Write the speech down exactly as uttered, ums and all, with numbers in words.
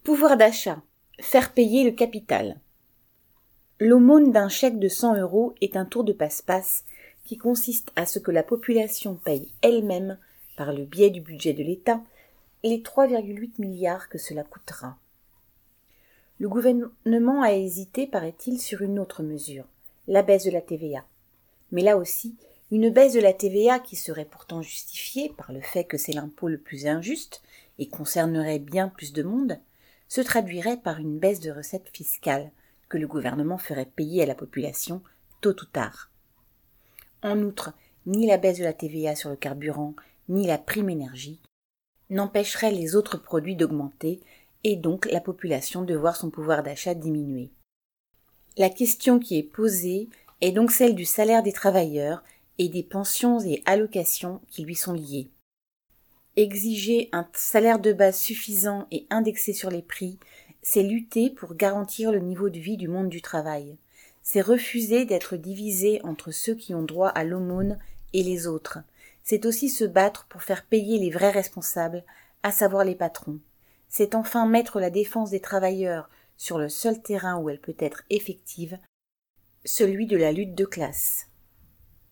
Pouvoir d'achat. Faire payer le capital. L'aumône d'un chèque de cent euros est un tour de passe-passe qui consiste à ce que la population paye elle-même, par le biais du budget de l'État, les trois virgule huit milliards que cela coûtera. Le gouvernement a hésité, paraît-il, sur une autre mesure, la baisse de la T V A. Mais là aussi, une baisse de la T V A qui serait pourtant justifiée par le fait que c'est l'impôt le plus injuste et concernerait bien plus de monde, se traduirait par une baisse de recettes fiscales que le gouvernement ferait payer à la population tôt ou tard. En outre, ni la baisse de la T V A sur le carburant, ni la prime énergie n'empêcheraient les autres produits d'augmenter et donc la population de voir son pouvoir d'achat diminuer. La question qui est posée est donc celle du salaire des travailleurs et des pensions et allocations qui lui sont liées. Exiger un salaire de base suffisant et indexé sur les prix, c'est lutter pour garantir le niveau de vie du monde du travail. C'est refuser d'être divisé entre ceux qui ont droit à l'aumône et les autres. C'est aussi se battre pour faire payer les vrais responsables, à savoir les patrons. C'est enfin mettre la défense des travailleurs sur le seul terrain où elle peut être effective, celui de la lutte de classe.